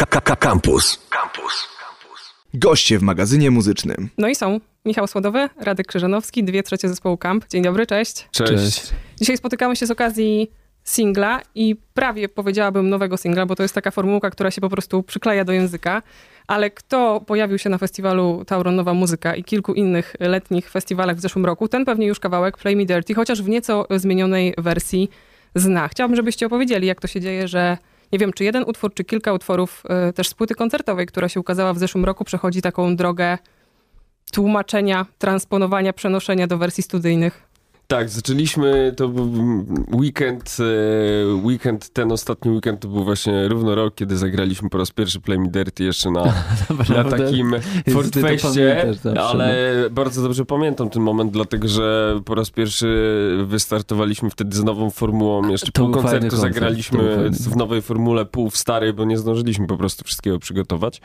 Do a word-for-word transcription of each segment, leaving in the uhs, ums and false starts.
Campus. Campus. Goście w magazynie muzycznym. No i są Michał Słodowy, Radek Krzyżanowski, dwie trzecie zespołu Camp. Dzień dobry, cześć. Cześć. Cześć. Dzisiaj spotykamy się z okazji singla i prawie powiedziałabym nowego singla, bo to jest taka formułka, która się po prostu przykleja do języka. Ale kto pojawił się na festiwalu Tauron Nowa Muzyka i kilku innych letnich festiwalach w zeszłym roku, ten pewnie już kawałek Play Me Dirty, chociaż w nieco zmienionej wersji zna. Chciałabym, żebyście opowiedzieli, jak to się dzieje, że nie wiem, czy jeden utwór, czy kilka utworów y, też z płyty koncertowej, która się ukazała w zeszłym roku, przechodzi taką drogę tłumaczenia, transponowania, przenoszenia do wersji studyjnych. Tak, zaczęliśmy, to był weekend, weekend, ten ostatni weekend to był właśnie równo rok, kiedy zagraliśmy po raz pierwszy Play Me Dirty jeszcze na, na takim Fortfeście, ale bardzo dobrze pamiętam ten moment, dlatego że po raz pierwszy wystartowaliśmy wtedy z nową formułą, jeszcze to pół koncertu koncert, zagraliśmy w nowej formule, pół w starej, bo nie zdążyliśmy po prostu wszystkiego przygotować.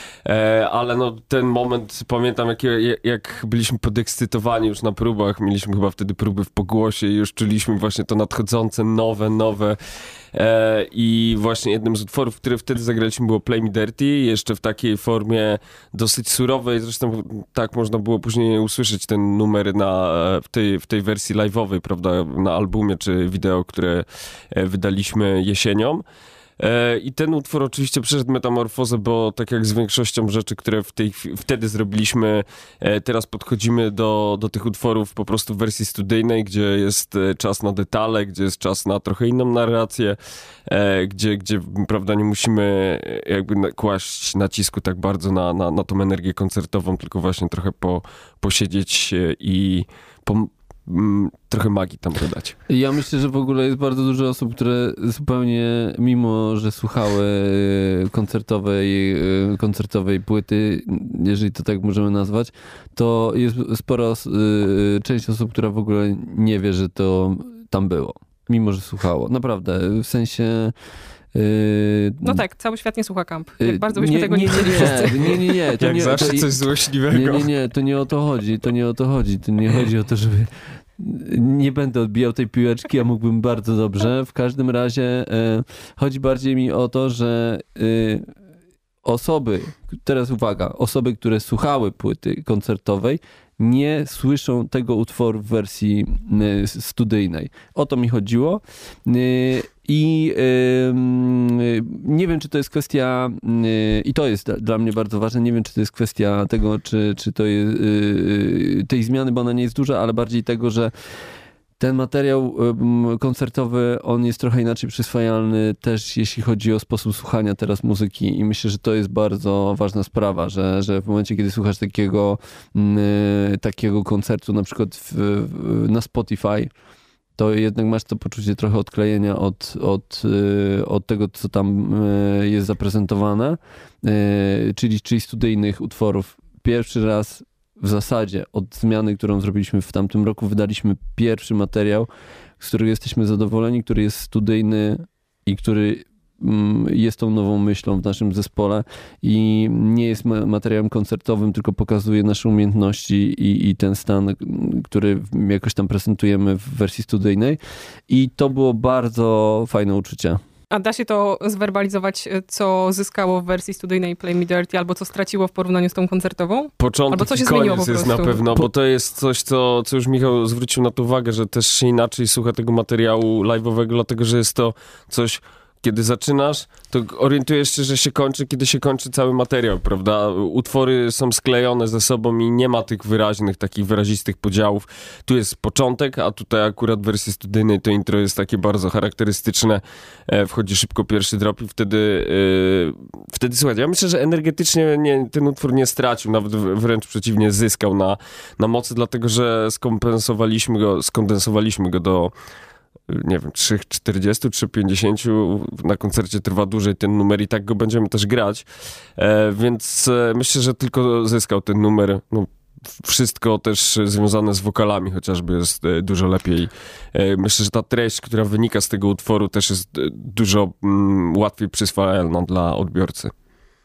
Ale no ten moment, pamiętam jak, jak byliśmy podekscytowani już na próbach, mieliśmy chyba wtedy próby w pogłosie i już czuliśmy właśnie to nadchodzące, nowe, nowe e, i właśnie jednym z utworów, które wtedy zagraliśmy, było Play Me Dirty, jeszcze w takiej formie dosyć surowej, zresztą tak można było później usłyszeć ten numer na, w, tej, w tej wersji live'owej, prawda, na albumie czy wideo, które wydaliśmy jesienią. I ten utwór oczywiście przeszedł metamorfozę, bo tak jak z większością rzeczy, które w tej, wtedy zrobiliśmy, teraz podchodzimy do, do tych utworów po prostu w wersji studyjnej, gdzie jest czas na detale, gdzie jest czas na trochę inną narrację, gdzie, gdzie prawda, nie musimy jakby kłaść nacisku tak bardzo na, na, na tą energię koncertową, tylko właśnie trochę po, posiedzieć i po, trochę magii tam dodać. Ja myślę, że w ogóle jest bardzo dużo osób, które zupełnie, mimo że słuchały koncertowej, koncertowej płyty, jeżeli to tak możemy nazwać, to jest spora część osób, która w ogóle nie wie, że to tam było, mimo że słuchało. Naprawdę, w sensie... Yy, no tak, cały świat nie słucha Camp. Jak bardzo byśmy nie, tego nie, nie wiedzieli wszyscy. Nie, nie, nie. nie to Jak nie, zawsze to, coś złośliwego. Nie, nie, nie, to nie o to chodzi, to nie o to chodzi. To nie chodzi o to, żeby... Nie będę odbijał tej piłeczki, a mógłbym bardzo dobrze. W każdym razie e, chodzi bardziej mi o to, że e, osoby, teraz uwaga, osoby, które słuchały płyty koncertowej, nie słyszą tego utworu w wersji y, studyjnej. O to mi chodziło. Y, I y, nie wiem, czy to jest kwestia, y, i to jest dla mnie bardzo ważne, nie wiem, czy to jest kwestia tego, czy, czy to jest y, tej zmiany, bo ona nie jest duża, ale bardziej tego, że ten materiał koncertowy, on jest trochę inaczej przyswajalny też jeśli chodzi o sposób słuchania teraz muzyki i myślę, że to jest bardzo ważna sprawa, że, że w momencie, kiedy słuchasz takiego, takiego koncertu na przykład w, na Spotify, to jednak masz to poczucie trochę odklejenia od, od, od tego, co tam jest zaprezentowane, czyli, czyli studyjnych utworów. Pierwszy raz w zasadzie od zmiany, którą zrobiliśmy w tamtym roku, wydaliśmy pierwszy materiał, z którego jesteśmy zadowoleni, który jest studyjny i który jest tą nową myślą w naszym zespole i nie jest materiałem koncertowym, tylko pokazuje nasze umiejętności i, i ten stan, który jakoś tam prezentujemy w wersji studyjnej i to było bardzo fajne uczucie. A da się to zwerbalizować, co zyskało w wersji studyjnej Play Me Dirty, albo co straciło w porównaniu z tą koncertową? Początek albo co się i zmieniło koniec po jest prostu? Na pewno, bo to jest coś, co, co już Michał zwrócił na to uwagę, że też się inaczej słucha tego materiału live'owego, dlatego że jest to coś... Kiedy zaczynasz, to orientujesz się, że się kończy, kiedy się kończy cały materiał, prawda? Utwory są sklejone ze sobą i nie ma tych wyraźnych, takich wyrazistych podziałów. Tu jest początek, a tutaj akurat w wersji studyjnej to intro jest takie bardzo charakterystyczne. E, wchodzi szybko pierwszy drop i wtedy, e, wtedy słuchajcie, ja myślę, że energetycznie nie, ten utwór nie stracił, nawet wręcz przeciwnie, zyskał na, na mocy, dlatego że skompensowaliśmy go, skondensowaliśmy go do nie wiem, trzy czterdzieści, trzy pięćdziesiąt, na koncercie trwa dłużej ten numer i tak go będziemy też grać, e, więc e, myślę, że tylko zyskał ten numer, no, wszystko też związane z wokalami chociażby jest e, dużo lepiej. E, myślę, że ta treść, która wynika z tego utworu też jest e, dużo mm, łatwiej przyswajalna dla odbiorcy.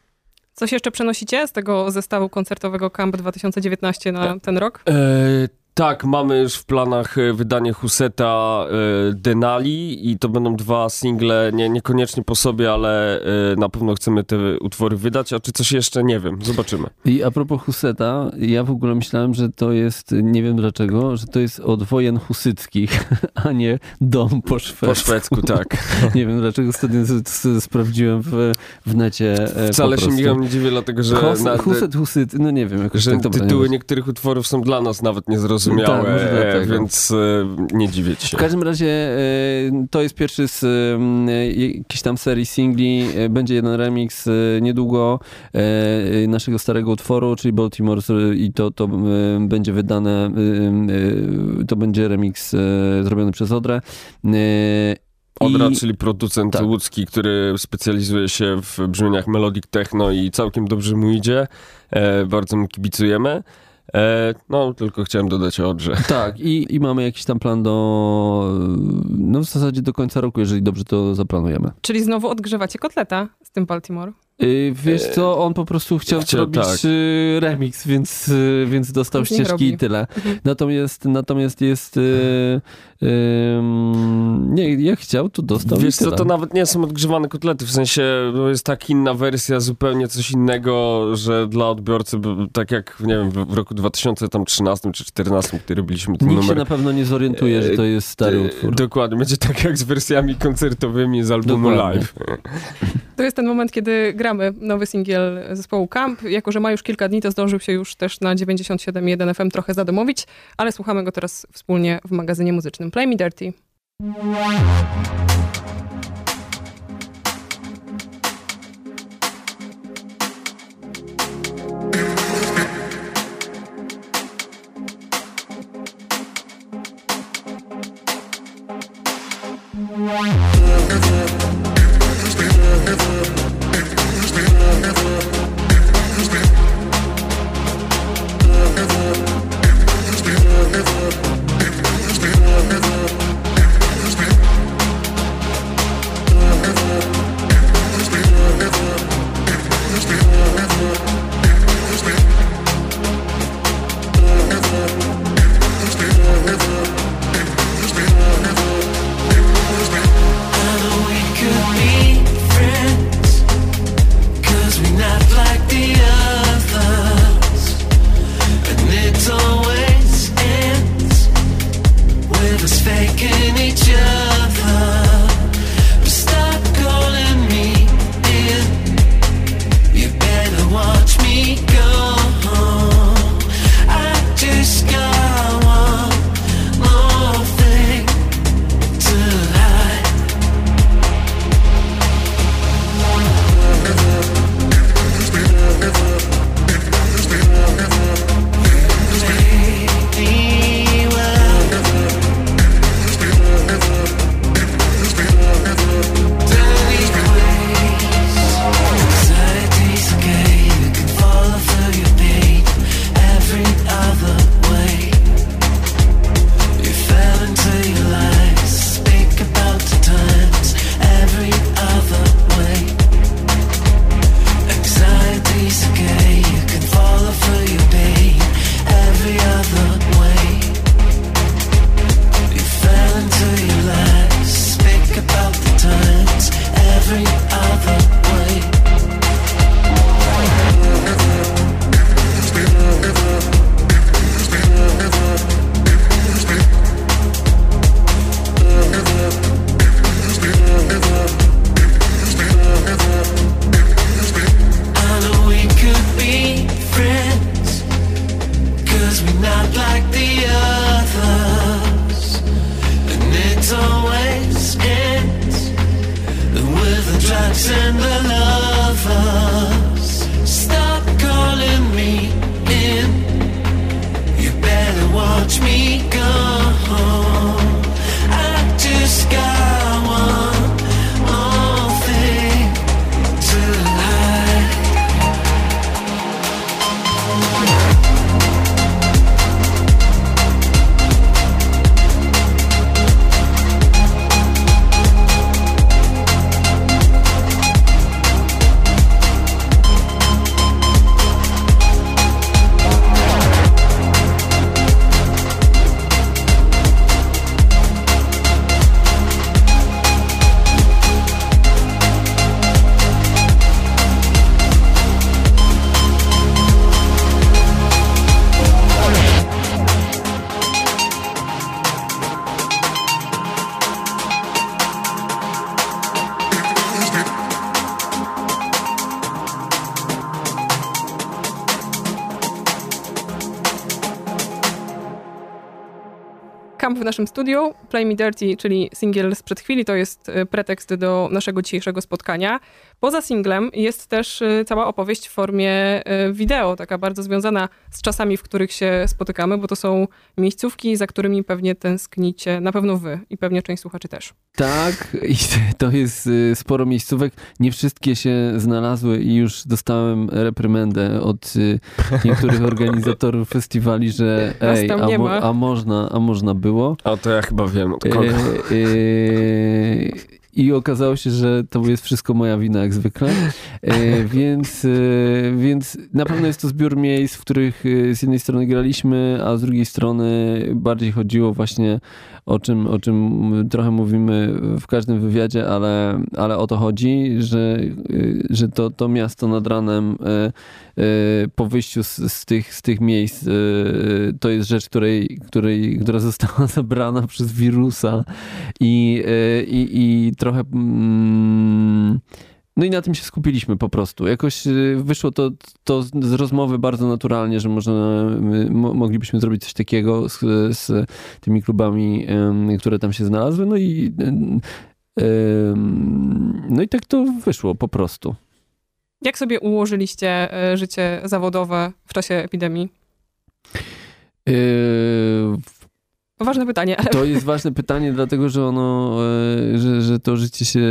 Coś jeszcze przenosicie z tego zestawu koncertowego Camp dwa tysiące dziewiętnaście na ten rok? E, Tak, mamy już w planach e, wydanie Huseta e, Denali i to będą dwa single, nie, niekoniecznie po sobie, ale e, na pewno chcemy te utwory wydać, a czy coś jeszcze, nie wiem, zobaczymy. I a propos Huseta, ja w ogóle myślałem, że to jest, nie wiem dlaczego, że to jest od wojen husyckich, a nie dom po szwedzku. Po szwedzku, tak. Nie wiem dlaczego, wtedy sprawdziłem w, w necie. Wcale się Michał nie dziwię, dlatego że... Hus, na, Huset, Husyt, no nie wiem. Jakoś że tak, dobra, tytuły nie niektórych utworów są dla nas nawet niezrozumiałe, tak, może dlatego. więc e, nie dziwię ci się. W każdym razie e, to jest pierwszy z e, jakiejś tam serii singli. E, będzie jeden remix e, niedługo e, naszego starego utworu, czyli Baltimore i to, to e, będzie wydane, e, e, to będzie remix e, zrobiony przez Odrę. E, Odra, i... czyli producent tak. łódzki, który specjalizuje się w brzmieniach melodic techno i całkiem dobrze mu idzie. E, bardzo mu kibicujemy. E, no, tylko chciałem dodać o Odrze. Tak, i, i mamy jakiś tam plan do, no w zasadzie do końca roku, jeżeli dobrze to zaplanujemy. Czyli znowu odgrzewacie kotleta z tym Baltimore? Yy, wiesz co, on po prostu chciał, Chciał, zrobić tak. yy, remix, więc, yy, więc dostał Nic nie ścieżki robi. i tyle. Mhm. Natomiast, natomiast jest... Yy, yy, nie, jak chciał, to dostał Wiesz i tyle. co, to nawet nie są odgrzewane kotlety, w sensie no, jest tak inna wersja, zupełnie coś innego, że dla odbiorcy, b- tak jak, nie wiem, w roku dwa tysiące trzynastym czy czternastym, kiedy robiliśmy ten Nikt numer. się na pewno nie zorientuje, że to jest stary e, utwór. Dokładnie, będzie tak jak z wersjami koncertowymi z albumu Dokładnie. live. To jest ten moment, kiedy gramy nowy singiel zespołu Camp. Jako że ma już kilka dni, to zdążył się już też na dziewięćdziesiąt siedem jeden F M trochę zadomowić, ale słuchamy go teraz wspólnie w magazynie muzycznym Play Me Dirty. Camp w naszym studiu, Play Me Dirty, czyli singiel sprzed chwili, to jest pretekst do naszego dzisiejszego spotkania. Poza singlem jest też cała opowieść w formie wideo, taka bardzo związana z czasami, w których się spotykamy, bo to są miejscówki, za którymi pewnie tęsknicie, na pewno wy i pewnie część słuchaczy też. Tak, i to jest sporo miejscówek. Nie wszystkie się znalazły i już dostałem reprymendę od niektórych organizatorów festiwali, że ej, a, mo- a, można, a można było. A to ja chyba wiem od kogo. E, e, I okazało się, że to jest wszystko moja wina, jak zwykle. E, więc, e, więc na pewno jest to zbiór miejsc, w których z jednej strony graliśmy, a z drugiej strony bardziej chodziło właśnie o czym, o czym trochę mówimy w każdym wywiadzie, ale, ale o to chodzi, że, że to, to miasto nad ranem e, e, po wyjściu z, z, tych, z tych miejsc e, to jest rzecz, której, której, która została zabrana przez wirusa i, e, i, i trochę mm, no i na tym się skupiliśmy po prostu. Jakoś wyszło to, to z rozmowy bardzo naturalnie, że może mo, moglibyśmy zrobić coś takiego z, z tymi klubami, które tam się znalazły. No i, no i tak to wyszło po prostu. Jak sobie ułożyliście życie zawodowe w czasie epidemii? Yy... Ważne pytanie. Ale... To jest ważne pytanie, dlatego że ono, że, że to życie się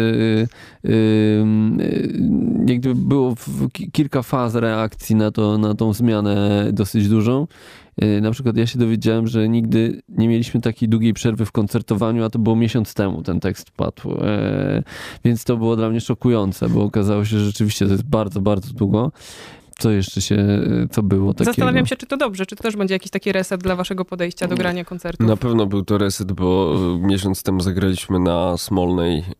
jak gdyby było w kilka faz reakcji na to, na tą zmianę dosyć dużą. Na przykład ja się dowiedziałem, że nigdy nie mieliśmy takiej długiej przerwy w koncertowaniu, a to było miesiąc temu ten tekst padł. Więc to było dla mnie szokujące, bo okazało się, że rzeczywiście to jest bardzo, bardzo długo. Co jeszcze się, co było takiego? Zastanawiam się, czy to dobrze, czy to też będzie jakiś taki reset dla waszego podejścia do grania koncertów. Na pewno był to reset, bo miesiąc temu zagraliśmy na Smolnej yy,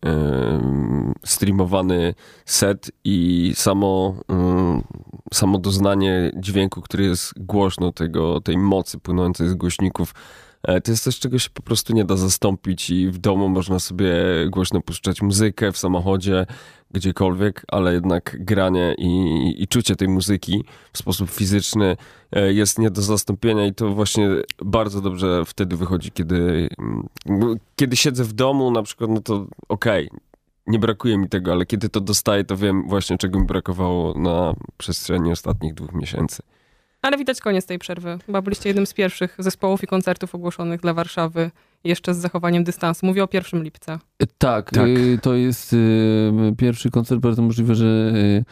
streamowany set i samo, yy, samo doznanie dźwięku, który jest głośno, tego, tej mocy płynącej z głośników, to jest coś, czego się po prostu nie da zastąpić i w domu można sobie głośno puszczać muzykę, w samochodzie, gdziekolwiek, ale jednak granie i, i czucie tej muzyki w sposób fizyczny jest nie do zastąpienia i to właśnie bardzo dobrze wtedy wychodzi, kiedy, kiedy siedzę w domu na przykład, no to okej, okay, nie brakuje mi tego, ale kiedy to dostaję, to wiem właśnie, czego mi brakowało na przestrzeni ostatnich dwóch miesięcy. Ale widać koniec tej przerwy. Chyba byliście jednym z pierwszych zespołów i koncertów ogłoszonych dla Warszawy jeszcze z zachowaniem dystansu. Mówię o pierwszym lipca. Tak, tak. To jest pierwszy koncert, bardzo możliwe, że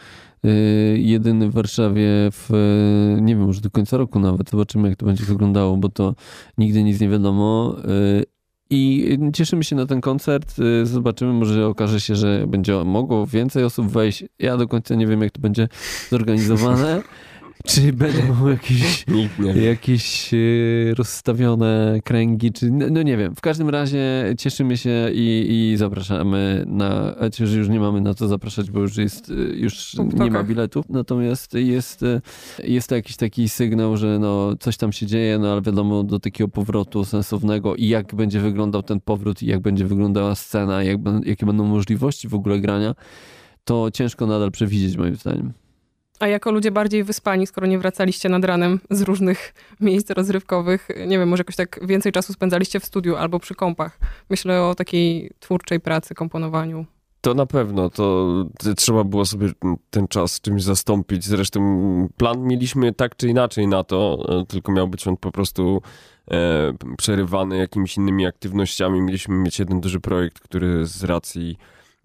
jedyny w Warszawie w, nie wiem, może do końca roku nawet. Zobaczymy, jak to będzie wyglądało, bo to nigdy nic nie wiadomo. I cieszymy się na ten koncert. Zobaczymy, może okaże się, że będzie mogło więcej osób wejść. Ja do końca nie wiem, jak to będzie zorganizowane. Czy będą jakieś, jakieś rozstawione kręgi, czy no nie wiem. W każdym razie cieszymy się i, i zapraszamy na, chociaż już nie mamy na co zapraszać, bo już jest, już nie ma biletów. Natomiast jest, jest to jakiś taki sygnał, że no coś tam się dzieje, no ale wiadomo, do takiego powrotu sensownego i jak będzie wyglądał ten powrót i jak będzie wyglądała scena, jak, jakie będą możliwości w ogóle grania, to ciężko nadal przewidzieć moim zdaniem. A jako ludzie bardziej wyspani, skoro nie wracaliście nad ranem z różnych miejsc rozrywkowych, nie wiem, może jakoś tak więcej czasu spędzaliście w studiu albo przy kompach. Myślę o takiej twórczej pracy, komponowaniu. To na pewno, to trzeba było sobie ten czas czymś zastąpić. Zresztą plan mieliśmy tak czy inaczej na to, tylko miał być on po prostu e, przerywany jakimiś innymi aktywnościami. Mieliśmy mieć jeden duży projekt, który z racji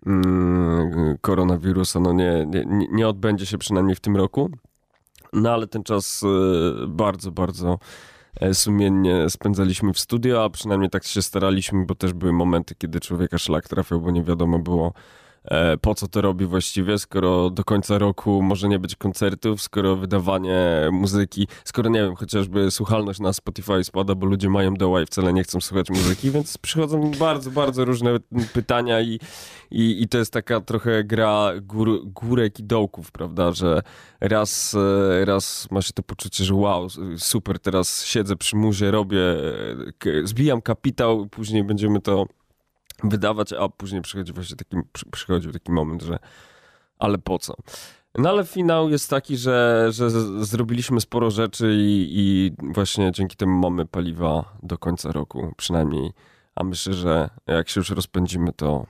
koronawirusa no nie, nie, nie odbędzie się przynajmniej w tym roku. No ale ten czas bardzo, bardzo sumiennie spędzaliśmy w studio, a przynajmniej tak się staraliśmy, bo też były momenty, kiedy człowieka szlak trafiał, bo nie wiadomo było, po co to robi właściwie, skoro do końca roku może nie być koncertów, skoro wydawanie muzyki, skoro nie wiem, chociażby słuchalność na Spotify spada, bo ludzie mają doła i wcale nie chcą słuchać muzyki, więc przychodzą bardzo, bardzo różne pytania i, i, i to jest taka trochę gra gór, górek i dołków, prawda, że raz, raz ma się to poczucie, że wow, super, teraz siedzę przy muzie, robię, zbijam kapitał, później będziemy to wydawać, a później przychodzi właśnie taki, przychodził taki moment, że ale po co? No ale finał jest taki, że, że z- zrobiliśmy sporo rzeczy i, i właśnie dzięki temu mamy paliwa do końca roku przynajmniej. A myślę, że jak się już rozpędzimy, to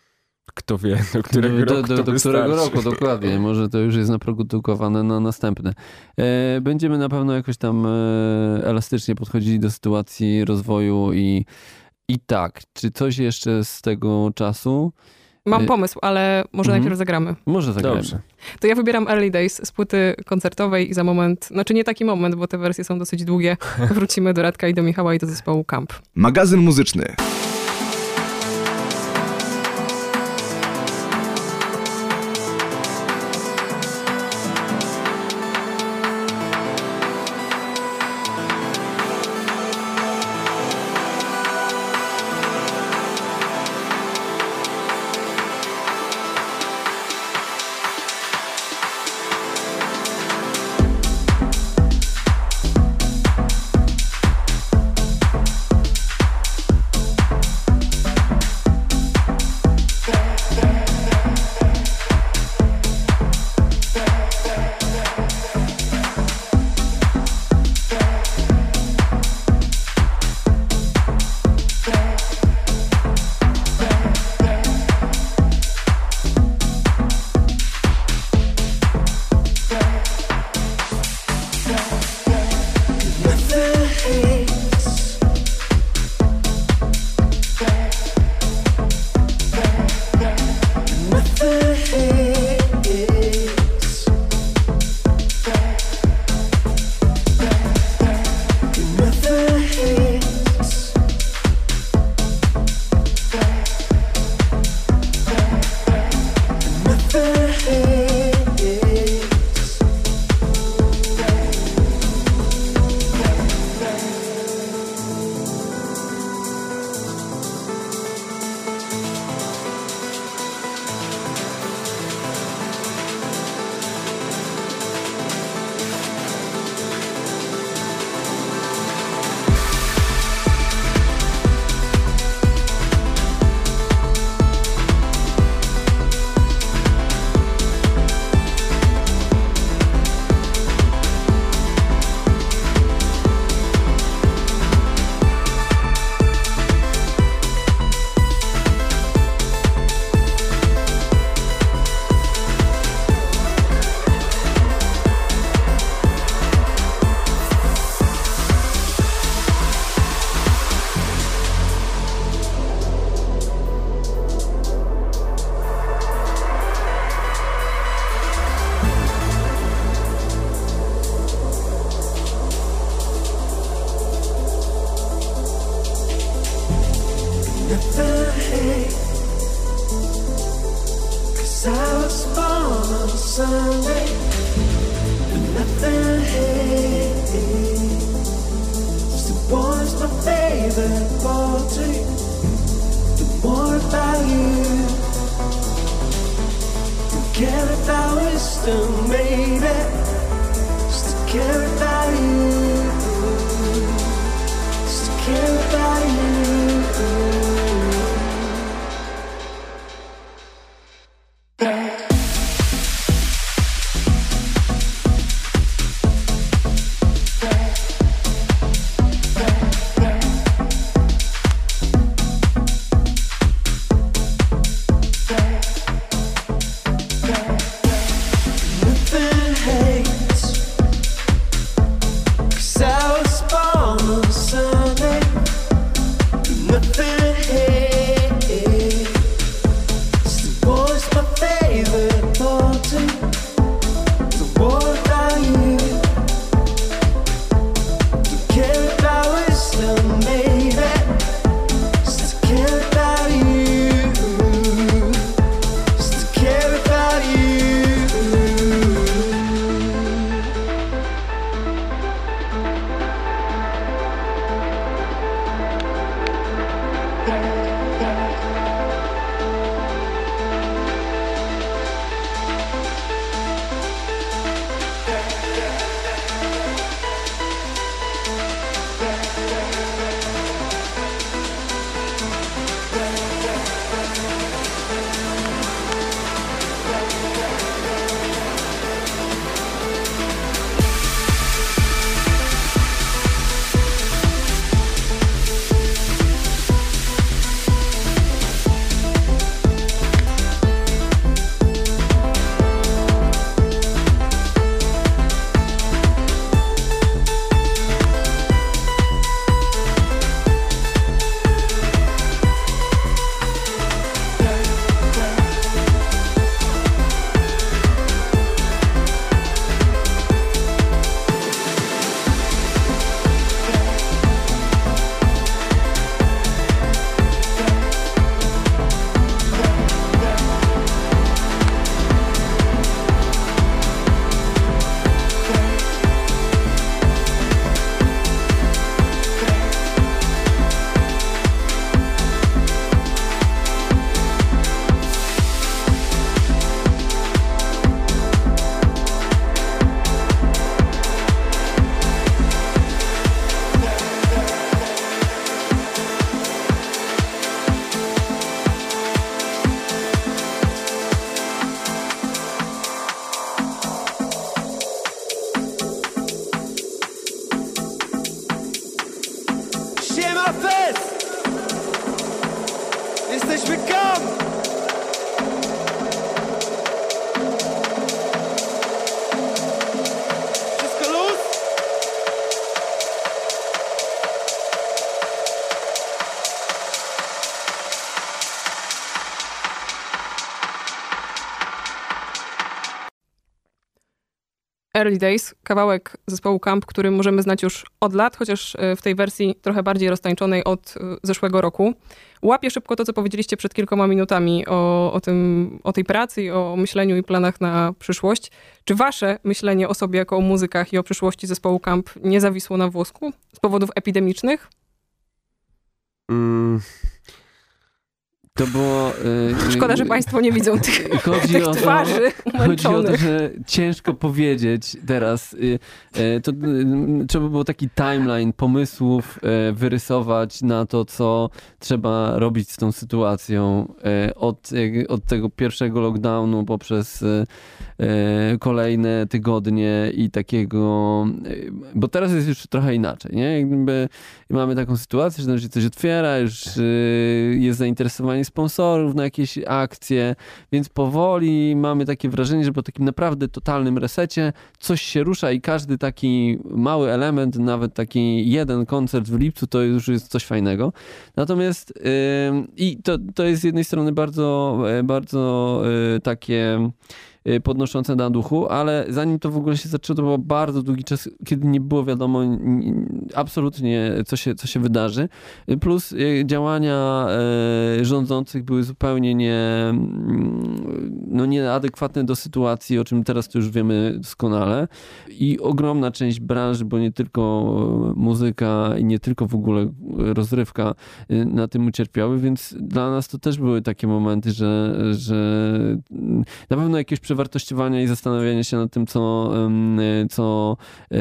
kto wie, do którego do, roku do, to do którego wystarczy. roku, dokładnie. Może to już jest naprodukowane na następne. E, będziemy na pewno jakoś tam e, elastycznie podchodzili do sytuacji rozwoju i, i tak. Czy coś jeszcze z tego czasu? Mam Y- pomysł, ale może Mhm. najpierw zagramy. Może zagramy. Dobrze. To ja wybieram Early Days z płyty koncertowej i za moment, znaczy nie taki moment, bo te wersje są dosyć długie, wrócimy do Radka i do Michała i do zespołu Camp. Magazyn muzyczny. Nothing jesteśmy Camp! Wszystko luz? Early Days, kawałek zespołu Camp, który możemy znać już od lat, chociaż w tej wersji trochę bardziej roztańczonej od zeszłego roku. Łapię szybko to, co powiedzieliście przed kilkoma minutami o, o, tym, o tej pracy i o myśleniu i planach na przyszłość. Czy wasze myślenie o sobie jako o muzykach i o przyszłości zespołu Camp nie zawisło na włosku z powodów epidemicznych? Mm. To było... Yy, Szkoda, że państwo nie widzą tych, chodzi tych o to, twarzy Chodzi o to, umęczonych. że ciężko powiedzieć teraz. Yy, yy, to yy, trzeba było taki timeline pomysłów yy, wyrysować na to, co trzeba robić z tą sytuacją. Yy, od, yy, od tego pierwszego lockdownu poprzez yy, yy, kolejne tygodnie i takiego... Yy, bo teraz jest już trochę inaczej, nie? Jakby mamy taką sytuację, że nam się coś otwiera, już yy, jest zainteresowanie sponsorów na jakieś akcje, więc powoli mamy takie wrażenie, że po takim naprawdę totalnym resecie coś się rusza i każdy taki mały element, nawet taki jeden koncert w lipcu, to już jest coś fajnego. Natomiast yy, i to, to jest z jednej strony bardzo, bardzo yy, takie podnoszące na duchu, ale zanim to w ogóle się zaczęło, to był bardzo długi czas, kiedy nie było wiadomo absolutnie, co się, co się wydarzy. Plus działania rządzących były zupełnie nie, no nieadekwatne do sytuacji, o czym teraz to już wiemy doskonale. I ogromna część branży, bo nie tylko muzyka i nie tylko w ogóle rozrywka na tym ucierpiały, więc dla nas to też były takie momenty, że, że na pewno jakieś przewartościowania i zastanawiania się nad tym, co, co,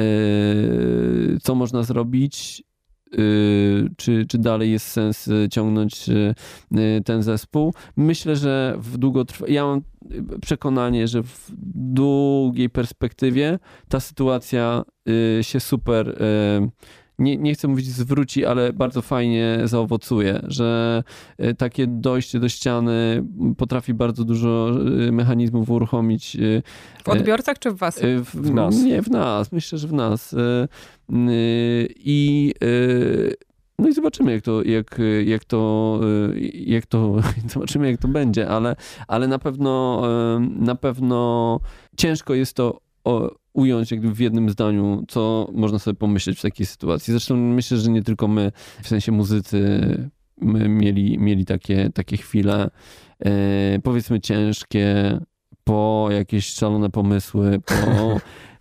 co można zrobić, czy, czy dalej jest sens ciągnąć ten zespół. Myślę, że w długotrwa... Ja mam przekonanie, że w długiej perspektywie ta sytuacja się super... Nie, nie chcę mówić zwróci, ale bardzo fajnie zaowocuje, że takie dojście do ściany potrafi bardzo dużo mechanizmów uruchomić. W odbiorcach czy w was? W, w nas. Nie, w nas. Myślę, że w nas. I no i zobaczymy, jak to, jak, jak to, jak to, zobaczymy, jak to będzie, ale, ale na pewno, na pewno ciężko jest to o, ująć jakby w jednym zdaniu, co można sobie pomyśleć w takiej sytuacji. Zresztą myślę, że nie tylko my, w sensie muzycy, my mieli, mieli takie, takie chwile, e, powiedzmy ciężkie, po jakieś szalone pomysły, po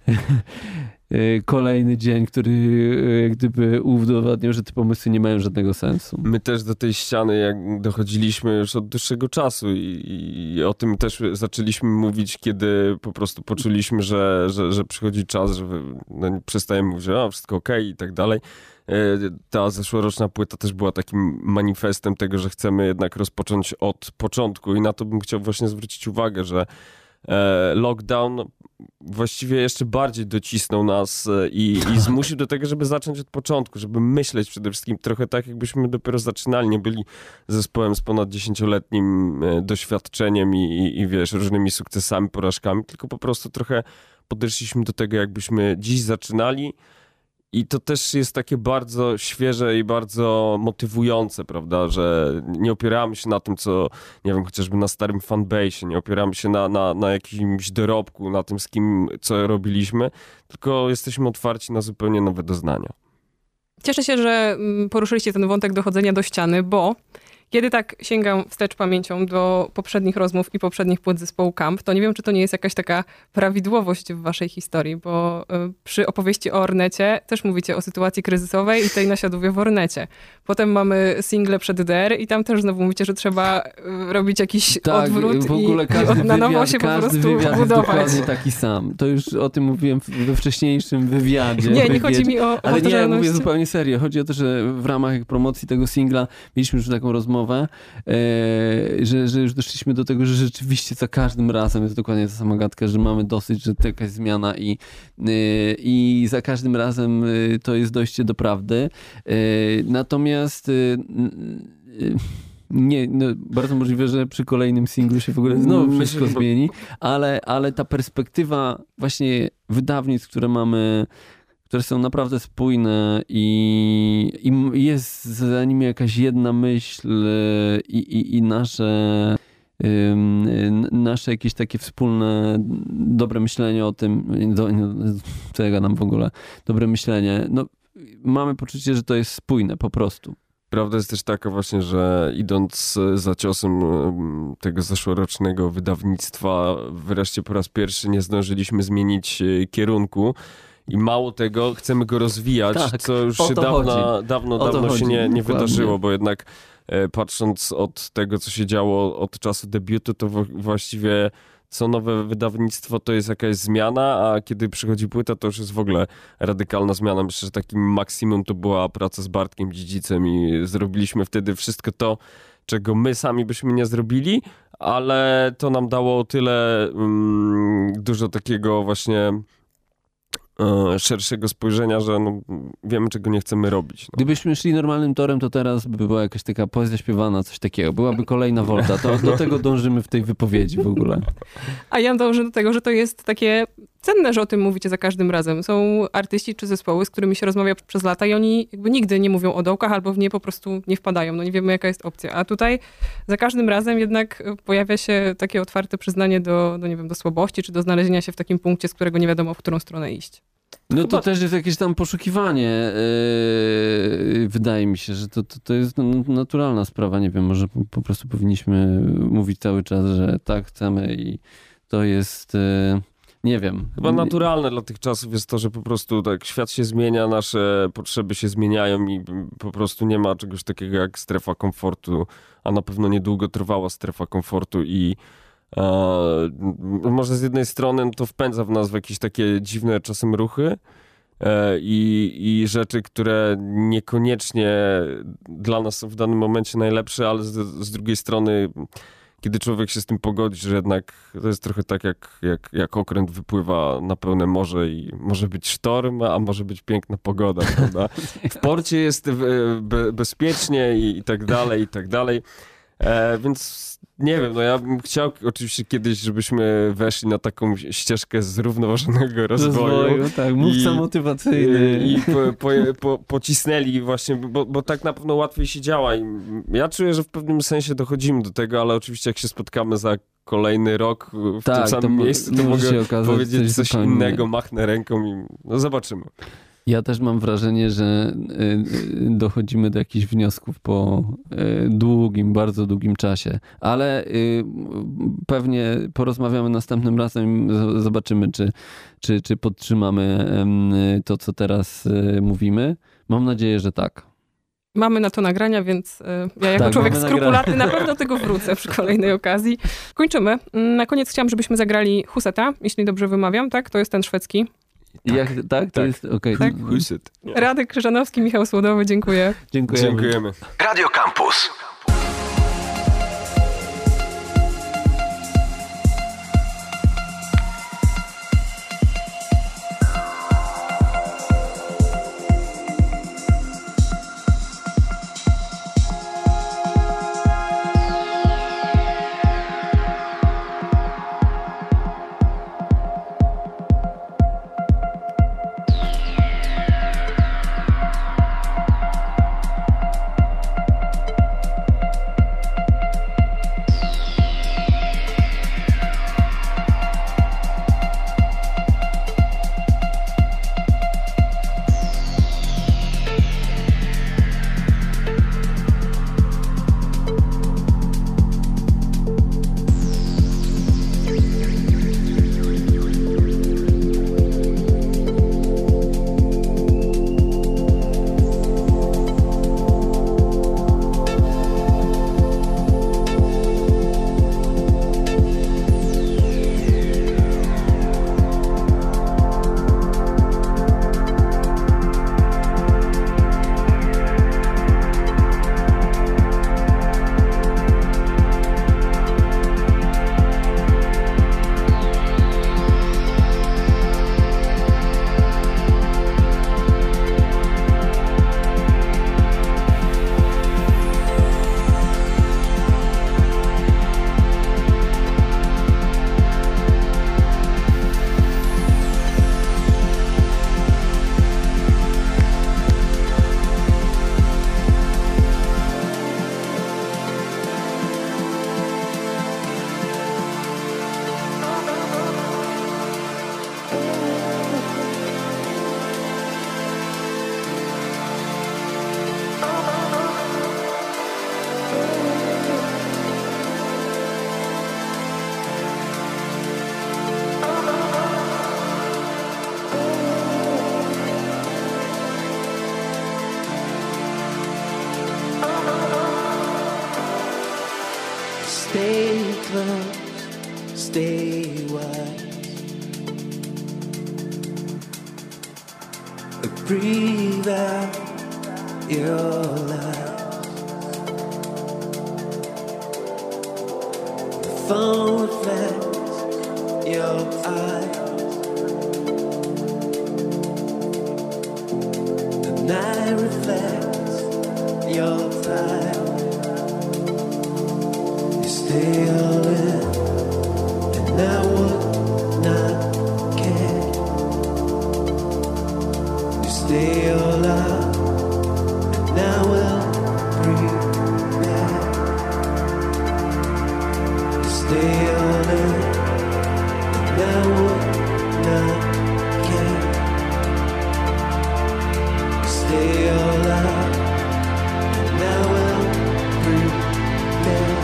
kolejny dzień, który jak gdyby udowadniał, że te pomysły nie mają żadnego sensu. My też do tej ściany jak dochodziliśmy już od dłuższego czasu i, i o tym też zaczęliśmy mówić, kiedy po prostu poczuliśmy, że, że, że przychodzi czas, że no, przestajemy mówić, że a, wszystko okej i tak dalej. Ta zeszłoroczna płyta też była takim manifestem tego, że chcemy jednak rozpocząć od początku i na to bym chciał właśnie zwrócić uwagę, że lockdown właściwie jeszcze bardziej docisnął nas i, i zmusił do tego, żeby zacząć od początku, żeby myśleć przede wszystkim trochę tak, jakbyśmy dopiero zaczynali, nie byli zespołem z ponad dziesięcioletnim doświadczeniem i, i, i wiesz, różnymi sukcesami, porażkami, tylko po prostu trochę podeszliśmy do tego, jakbyśmy dziś zaczynali. I to też jest takie bardzo świeże i bardzo motywujące, prawda, że nie opieramy się na tym, co, nie wiem, chociażby na starym fanbase'ie, nie opieramy się na, na, na jakimś dorobku, na tym, z kim, co robiliśmy, tylko jesteśmy otwarci na zupełnie nowe doznania. Cieszę się, że poruszyliście ten wątek dochodzenia do ściany, bo kiedy tak sięgam wstecz pamięcią do poprzednich rozmów i poprzednich płyt zespołu Camp, to nie wiem, czy to nie jest jakaś taka prawidłowość w waszej historii, bo przy opowieści o Ornecie też mówicie o sytuacji kryzysowej i tej na siadówie w Ornecie. Potem mamy single przed D R i tam też znowu mówicie, że trzeba robić jakiś tak, odwrót w ogóle i, każdy i od, na nowo wywiad, się po każdy prostu wywiad budować. jest dokładnie taki sam. To już o tym mówiłem we wcześniejszym wywiadzie. Nie, nie wywiad. chodzi mi o Ale nie, mówię o zupełnie serio. Chodzi o to, że w ramach promocji tego singla mieliśmy już taką rozmowę, e, że, że już doszliśmy do tego, że rzeczywiście za każdym razem jest dokładnie ta sama gadka, że mamy dosyć, że to jakaś zmiana i, e, i za każdym razem to jest dojście do prawdy. E, natomiast e, Nie, no, bardzo możliwe, że przy kolejnym singlu się w ogóle znowu Myślę, wszystko że- zmieni, ale, ale ta perspektywa właśnie wydawnictw, które mamy, które są naprawdę spójne i, i jest za nimi jakaś jedna myśl i, i, i nasze ym, nasze jakieś takie wspólne dobre myślenie o tym, do, co ja gadam w ogóle, dobre myślenie, no mamy poczucie, że to jest spójne po prostu. Prawda jest też taka właśnie, że idąc za ciosem em, tego zeszłorocznego wydawnictwa, wreszcie po raz pierwszy nie zdążyliśmy zmienić e, kierunku. I mało tego, chcemy go rozwijać, Tak, co już o się to dawno, chodzi. dawno, O to dawno się chodzi, nie, nie dokładnie. wydarzyło, bo jednak e, patrząc od tego, co się działo od czasu debiutu, to w, właściwie co nowe wydawnictwo to jest jakaś zmiana, a kiedy przychodzi płyta, to już jest w ogóle radykalna zmiana. Myślę, że takim maksimum to była praca z Bartkiem Dziedzicem i zrobiliśmy wtedy wszystko to, czego my sami byśmy nie zrobili, ale to nam dało tyle mm, dużo takiego właśnie e, szerszego spojrzenia, że no, wiemy, czego nie chcemy robić. No. Gdybyśmy szli normalnym torem, to teraz by była jakaś taka poezja śpiewana, coś takiego. Byłaby kolejna Volta. To do tego dążymy w tej wypowiedzi w ogóle. A ja dążę do tego, że to jest takie cenne, że o tym mówicie za każdym razem. Są artyści czy zespoły, z którymi się rozmawia przez lata i oni jakby nigdy nie mówią o dołkach albo w nie po prostu nie wpadają. No nie wiemy, jaka jest opcja. A tutaj za każdym razem jednak pojawia się takie otwarte przyznanie do, do nie wiem, do słabości, czy do znalezienia się w takim punkcie, z którego nie wiadomo, w którą stronę iść. No Chyba- to też jest jakieś tam poszukiwanie. Yy, wydaje mi się, że to, to, to jest no, naturalna sprawa. Nie wiem, może po, po prostu powinniśmy mówić cały czas, że tak chcemy i to jest... Yy, nie wiem. Chyba naturalne dla tych czasów jest to, że po prostu tak świat się zmienia, nasze potrzeby się zmieniają i po prostu nie ma czegoś takiego jak strefa komfortu, a na pewno niedługo trwała strefa komfortu i e, może z jednej strony to wpędza w nas w jakieś takie dziwne czasem ruchy e, i, i rzeczy, które niekoniecznie dla nas są w danym momencie najlepsze, ale z, z drugiej strony kiedy człowiek się z tym pogodzi, że jednak to jest trochę tak, jak, jak, jak okręt wypływa na pełne morze i może być sztorm, a może być piękna pogoda, prawda? W porcie jest e, be, bezpiecznie i, i tak dalej, i tak dalej. E, więc nie wiem, no ja bym chciał oczywiście kiedyś, żebyśmy weszli na taką ścieżkę zrównoważonego rozwoju. Rozwoju, tak, mówca I- motywacyjny. I, i po, po, po, pocisnęli właśnie, bo, bo tak na pewno łatwiej się działa. I ja czuję, że w pewnym sensie dochodzimy do tego, ale oczywiście jak się spotkamy za kolejny rok w Tak, tym to samym mo- miejscu, to może mogę się okazać powiedzieć coś coś zupełnie innego, machnę ręką i no zobaczymy. Ja też mam wrażenie, że y, y, dochodzimy do jakichś wniosków po y, długim, bardzo długim czasie, ale y, pewnie porozmawiamy następnym razem i z- zobaczymy, czy, czy, czy podtrzymamy y, to, co teraz y, mówimy. Mam nadzieję, że tak. Mamy na to nagrania, więc y, ja jako Tak, człowiek mamy skrupulatny na pewno do tego wrócę przy kolejnej okazji. Kończymy. Na koniec chciałam, żebyśmy zagrali Huseta, jeśli dobrze wymawiam, tak? To jest ten szwedzki. Tak, Jak, tak? To tak. jest okej. Tak. Husyt. Radek Krzyżanowski, Michał Słodowy, dziękuję. Dziękujemy. Dziękujemy. Radio Campus. breathe out your life. The phone reflects your eyes. The night reflects your pride. You stay all in, and I would not care. You stay all out, and I will breathe back. You stay all in, and I would not care. You stay all out, and I will breathe back.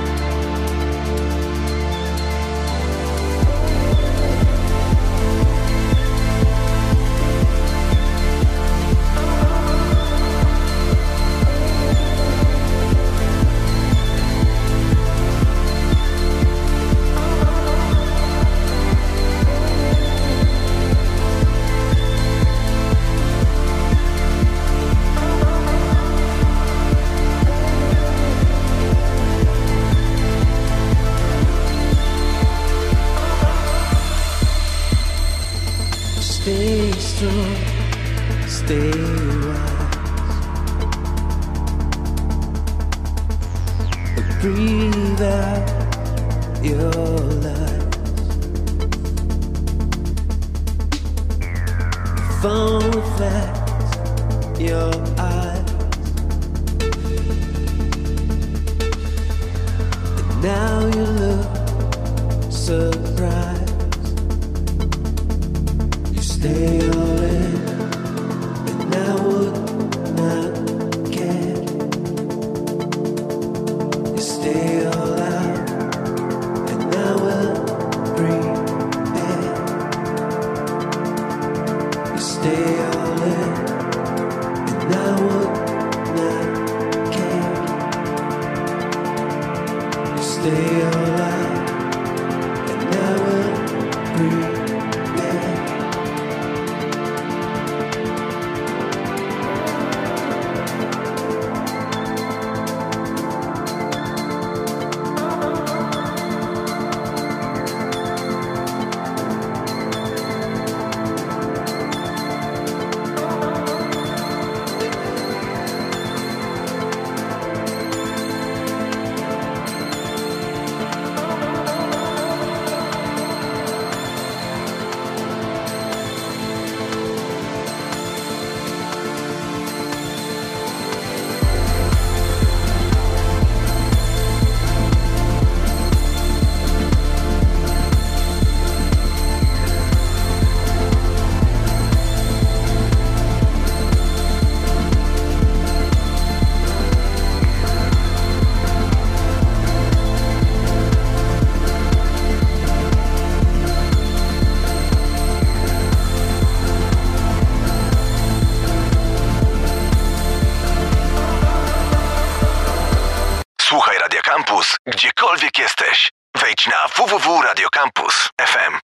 Stay strong, stay wise. Breathe out your lies. Phone reflects your eyes. And now you look surprised. Stay all in, and I would not care. You stay all out, and I will breathe back. You stay all in, and I would not care. You stay all out, and I will breathe back. Słuchaj Radia Campus, gdziekolwiek jesteś. Wejdź na w w w kropka radio campus kropka f m.